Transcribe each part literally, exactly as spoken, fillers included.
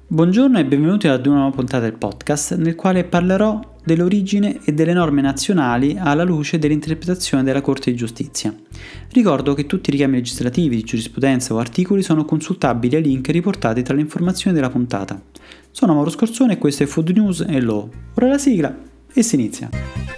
Buongiorno e benvenuti ad una nuova puntata del podcast nel quale parlerò dell'origine e delle norme nazionali alla luce dell'interpretazione della Corte di Giustizia. Ricordo che tutti i richiami legislativi di giurisprudenza o articoli sono consultabili ai link riportati tra le informazioni della puntata. Sono Mauro Scorzone e questo è Food News e Law. Ora la sigla e si inizia.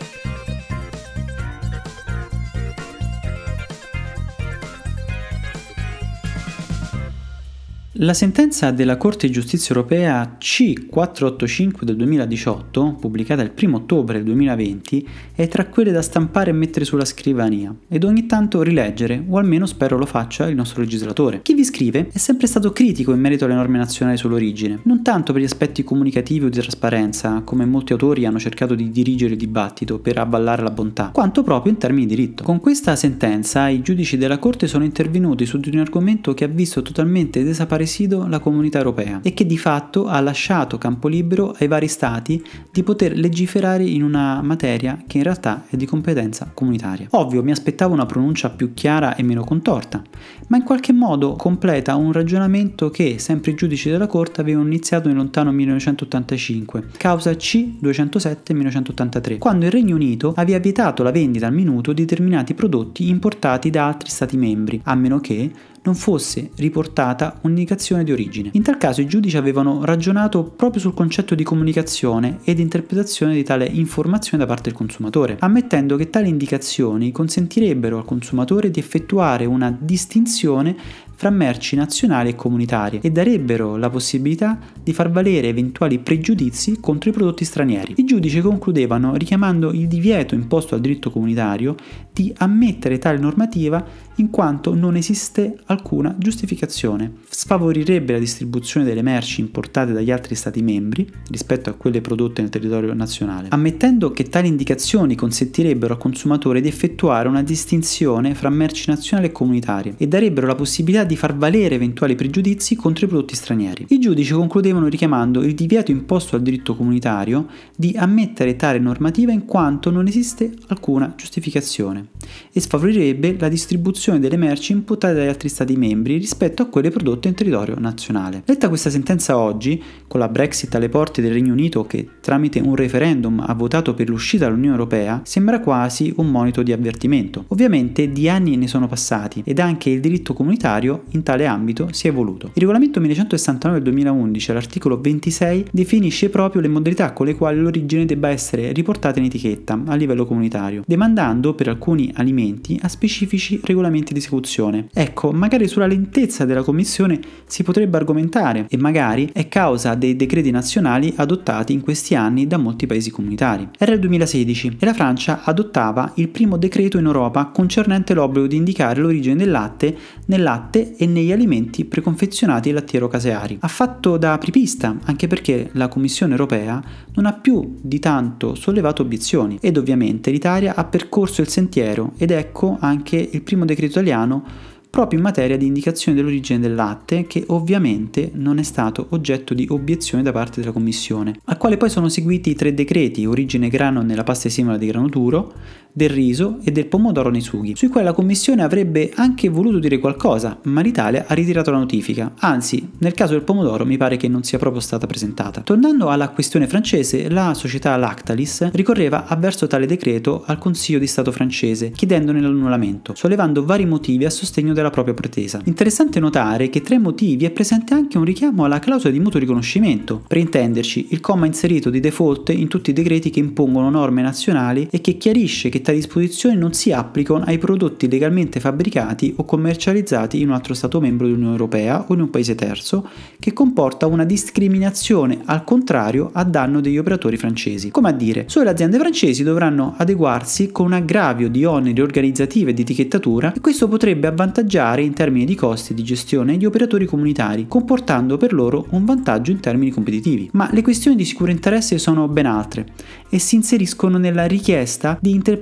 La sentenza della Corte di Giustizia Europea C quattrocentottantacinque del duemiladiciotto, pubblicata il primo ottobre del duemilaventi, è tra quelle da stampare e mettere sulla scrivania ed ogni tanto rileggere, o almeno spero lo faccia il nostro legislatore. Chi vi scrive è sempre stato critico in merito alle norme nazionali sull'origine, non tanto per gli aspetti comunicativi o di trasparenza, come molti autori hanno cercato di dirigere il dibattito per avvallare la bontà, quanto proprio in termini di diritto. Con questa sentenza i giudici della Corte sono intervenuti su di un argomento che ha visto totalmente desaparecere la comunità europea e che di fatto ha lasciato campo libero ai vari stati di poter legiferare in una materia che in realtà è di competenza comunitaria. Ovvio, mi aspettavo una pronuncia più chiara e meno contorta, ma in qualche modo completa un ragionamento che sempre i giudici della Corte avevano iniziato nel lontano millenovecentottantacinque, causa C duecentosette millenovecentottantatré, quando il Regno Unito aveva vietato la vendita al minuto di determinati prodotti importati da altri stati membri, a meno che non fosse riportata un'indicazione di origine. In tal caso i giudici avevano ragionato proprio sul concetto di comunicazione ed interpretazione di tale informazione da parte del consumatore, ammettendo che tali indicazioni consentirebbero al consumatore di effettuare una distinzione fra merci nazionali e comunitarie e darebbero la possibilità di far valere eventuali pregiudizi contro i prodotti stranieri. I giudici concludevano richiamando il divieto imposto al diritto comunitario di ammettere tale normativa in quanto non esiste alcuna giustificazione. Sfavorirebbe la distribuzione delle merci importate dagli altri stati membri rispetto a quelle prodotte nel territorio nazionale, ammettendo che tali indicazioni consentirebbero al consumatore di effettuare una distinzione fra merci nazionali e comunitarie e darebbero la possibilità di far valere eventuali pregiudizi contro i prodotti stranieri. I giudici concludevano richiamando il divieto imposto al diritto comunitario di ammettere tale normativa in quanto non esiste alcuna giustificazione e sfavorirebbe la distribuzione delle merci importate dagli altri stati membri rispetto a quelle prodotte in territorio nazionale. Letta questa sentenza oggi, con la Brexit alle porte del Regno Unito che tramite un referendum ha votato per l'uscita dall'Unione Europea, sembra quasi un monito di avvertimento. Ovviamente di anni ne sono passati ed anche il diritto comunitario in tale ambito si è evoluto. Il regolamento millecentosessantanove del duemilaundici all'articolo ventisei definisce proprio le modalità con le quali l'origine debba essere riportata in etichetta a livello comunitario, demandando per alcuni alimenti a specifici regolamenti di esecuzione. Ecco, magari sulla lentezza della Commissione si potrebbe argomentare e magari è causa dei decreti nazionali adottati in questi anni da molti paesi comunitari. Era il duemilasedici e la Francia adottava il primo decreto in Europa concernente l'obbligo di indicare l'origine del latte nel latte e negli alimenti preconfezionati lattiero-caseari. Ha fatto da apripista, anche perché la Commissione europea non ha più di tanto sollevato obiezioni ed ovviamente l'Italia ha percorso il sentiero ed ecco anche il primo decreto italiano proprio in materia di indicazione dell'origine del latte, che ovviamente non è stato oggetto di obiezione da parte della Commissione, al quale poi sono seguiti tre decreti: origine grano nella pasta semola di grano duro, del riso e del pomodoro nei sughi, sui quali la Commissione avrebbe anche voluto dire qualcosa, ma l'Italia ha ritirato la notifica, anzi nel caso del pomodoro mi pare che non sia proprio stata presentata. Tornando alla questione francese, la società Lactalis ricorreva avverso tale decreto al Consiglio di Stato francese chiedendone l'annullamento, sollevando vari motivi a sostegno della propria pretesa. Interessante notare che tra i motivi è presente anche un richiamo alla clausola di mutuo riconoscimento, per intenderci il comma inserito di default in tutti i decreti che impongono norme nazionali e che chiarisce che tali disposizioni non si applicano ai prodotti legalmente fabbricati o commercializzati in un altro Stato membro dell'Unione Europea o in un paese terzo, che comporta una discriminazione al contrario a danno degli operatori francesi. Come a dire, solo le aziende francesi dovranno adeguarsi con un aggravio di oneri organizzativi e di etichettatura e questo potrebbe avvantaggiare in termini di costi di gestione gli operatori comunitari, comportando per loro un vantaggio in termini competitivi. Ma le questioni di sicuro interesse sono ben altre e si inseriscono nella richiesta di interpretazione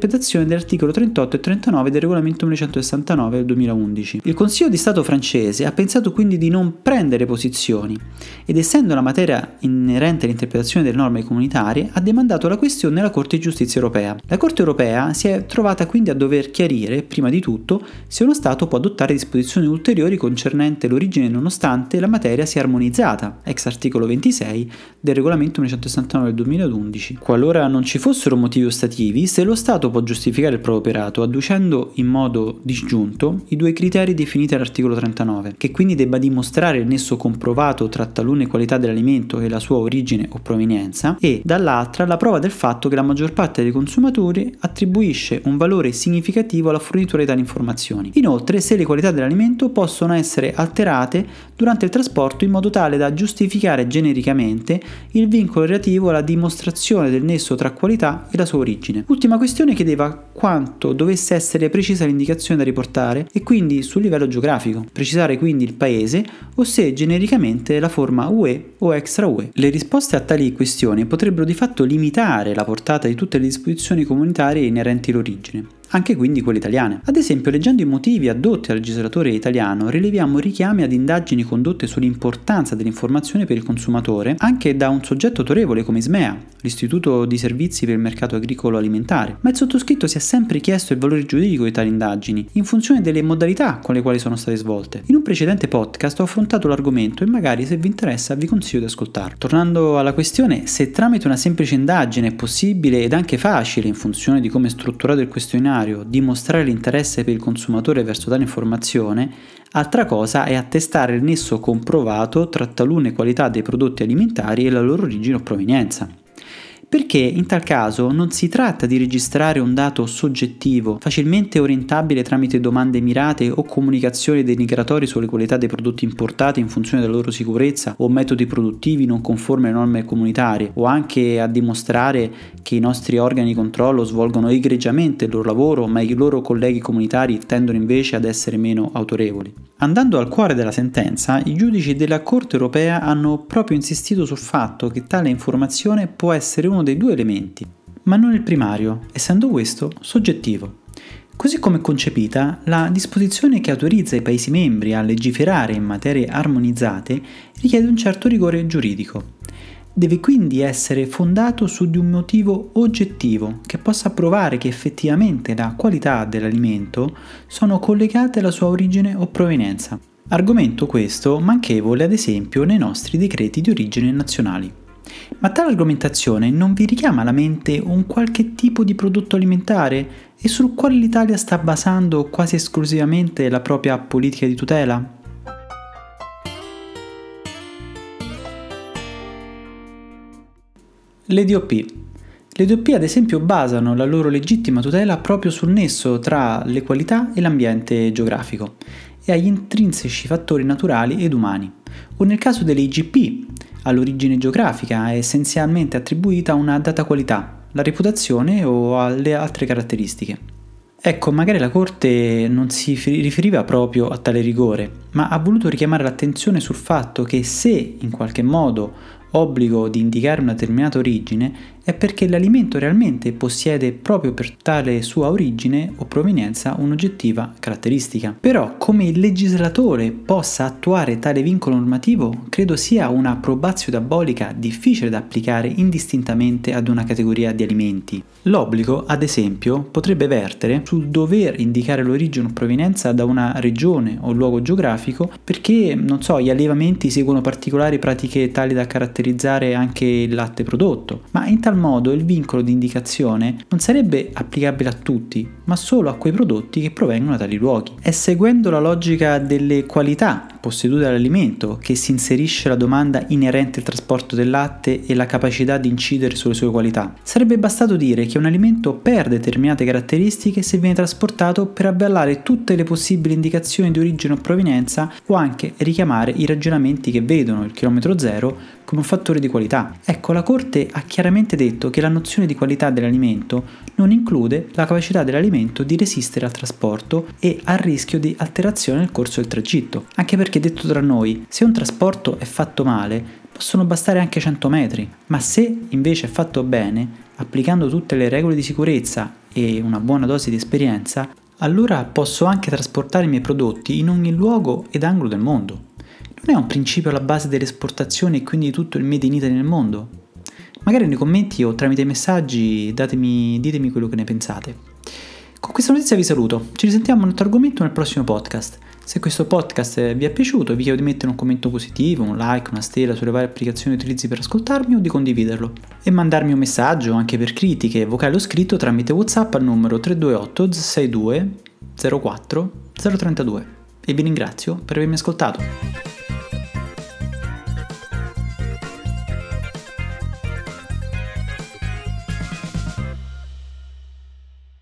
interpretazione dell'articolo trentotto e trentanove del regolamento millecentosessantanove del duemilaundici. Il Consiglio di Stato francese ha pensato quindi di non prendere posizioni ed, essendo la materia inerente all'interpretazione delle norme comunitarie, ha demandato la questione alla Corte di Giustizia europea. La Corte europea si è trovata quindi a dover chiarire, prima di tutto, se uno Stato può adottare disposizioni ulteriori concernente l'origine nonostante la materia sia armonizzata, ex articolo ventisei del regolamento millecentosessantanove del duemilaundici. Qualora non ci fossero motivi ostativi, se lo Stato può giustificare il proprio operato adducendo in modo disgiunto i due criteri definiti all'articolo trentanove, che quindi debba dimostrare il nesso comprovato tra talune qualità dell'alimento e la sua origine o provenienza, e dall'altra la prova del fatto che la maggior parte dei consumatori attribuisce un valore significativo alla fornitura di tali informazioni. Inoltre, se le qualità dell'alimento possono essere alterate durante il trasporto in modo tale da giustificare genericamente il vincolo relativo alla dimostrazione del nesso tra qualità e la sua origine. L'ultima questione chiedeva quanto dovesse essere precisa l'indicazione da riportare e quindi sul livello geografico, precisare quindi il paese o se genericamente la forma U E o extra U E. Le risposte a tali questioni potrebbero di fatto limitare la portata di tutte le disposizioni comunitarie inerenti all'origine, anche quindi quelle italiane. Ad esempio, leggendo i motivi addotti al legislatore italiano, rileviamo richiami ad indagini condotte sull'importanza dell'informazione per il consumatore anche da un soggetto autorevole come ISMEA, l'Istituto di Servizi per il Mercato Agricolo Alimentare, ma il sottoscritto si è sempre chiesto il valore giuridico di tali indagini, in funzione delle modalità con le quali sono state svolte. In un precedente podcast ho affrontato l'argomento e magari, se vi interessa, vi consiglio di ascoltarlo. Tornando alla questione, se tramite una semplice indagine è possibile ed anche facile, in funzione di come è strutturato il questionario, dimostrare l'interesse per il consumatore verso tale informazione, altra cosa è attestare il nesso comprovato tra talune qualità dei prodotti alimentari e la loro origine o provenienza. Perché in tal caso non si tratta di registrare un dato soggettivo, facilmente orientabile tramite domande mirate o comunicazioni denigratori sulle qualità dei prodotti importati in funzione della loro sicurezza o metodi produttivi non conformi alle norme comunitarie, o anche a dimostrare che i nostri organi di controllo svolgono egregiamente il loro lavoro, ma i loro colleghi comunitari tendono invece ad essere meno autorevoli. Andando al cuore della sentenza, i giudici della Corte europea hanno proprio insistito sul fatto che tale informazione può essere uno dei due elementi, ma non il primario, essendo questo soggettivo. Così come concepita, la disposizione che autorizza i Paesi membri a legiferare in materie armonizzate richiede un certo rigore giuridico. Deve quindi essere fondato su di un motivo oggettivo che possa provare che effettivamente la qualità dell'alimento sono collegate alla sua origine o provenienza. Argomento questo manchevole ad esempio nei nostri decreti di origine nazionali. Ma tale argomentazione non vi richiama alla mente un qualche tipo di prodotto alimentare e sul quale l'Italia sta basando quasi esclusivamente la propria politica di tutela? Le D O P. Le D O P ad esempio basano la loro legittima tutela proprio sul nesso tra le qualità e l'ambiente geografico e agli intrinseci fattori naturali ed umani. O nel caso delle I G P, all'origine geografica è essenzialmente attribuita una data qualità, la reputazione o alle altre caratteristiche. Ecco, magari la Corte non si riferiva proprio a tale rigore, ma ha voluto richiamare l'attenzione sul fatto che se in qualche modo obbligo di indicare una determinata origine è perché l'alimento realmente possiede proprio per tale sua origine o provenienza un'oggettiva caratteristica. Però come il legislatore possa attuare tale vincolo normativo credo sia una probatio diabolica difficile da applicare indistintamente ad una categoria di alimenti. L'obbligo, ad esempio, potrebbe vertere sul dover indicare l'origine o provenienza da una regione o luogo geografico perché, non so, gli allevamenti seguono particolari pratiche tali da caratterizzare anche il latte prodotto, ma in tal modo il vincolo di indicazione non sarebbe applicabile a tutti, ma solo a quei prodotti che provengono da tali luoghi. È seguendo la logica delle qualità possedute dall'alimento che si inserisce la domanda inerente al trasporto del latte e la capacità di incidere sulle sue qualità. Sarebbe bastato dire che un alimento perde determinate caratteristiche se viene trasportato per avvallare tutte le possibili indicazioni di origine o provenienza o anche richiamare i ragionamenti che vedono il chilometro zero come un fattore di qualità. Ecco, la Corte ha chiaramente detto che la nozione di qualità dell'alimento non include la capacità dell'alimento di resistere al trasporto e al rischio di alterazione nel corso del tragitto. Anche perché, detto tra noi, se un trasporto è fatto male, possono bastare anche cento metri, ma se invece è fatto bene, applicando tutte le regole di sicurezza e una buona dose di esperienza, allora posso anche trasportare i miei prodotti in ogni luogo ed angolo del mondo. Non è un principio alla base delle esportazioni e quindi di tutto il made in Italy nel mondo? Magari nei commenti o tramite messaggi datemi, ditemi quello che ne pensate. Con questa notizia vi saluto, ci risentiamo in un altro argomento nel prossimo podcast. Se questo podcast vi è piaciuto vi chiedo di mettere un commento positivo, un like, una stella sulle varie applicazioni che utilizzi per ascoltarmi o di condividerlo e mandarmi un messaggio anche per critiche, vocale o scritto tramite WhatsApp al numero tre due otto sei due zero quattro zero tre due e vi ringrazio per avermi ascoltato.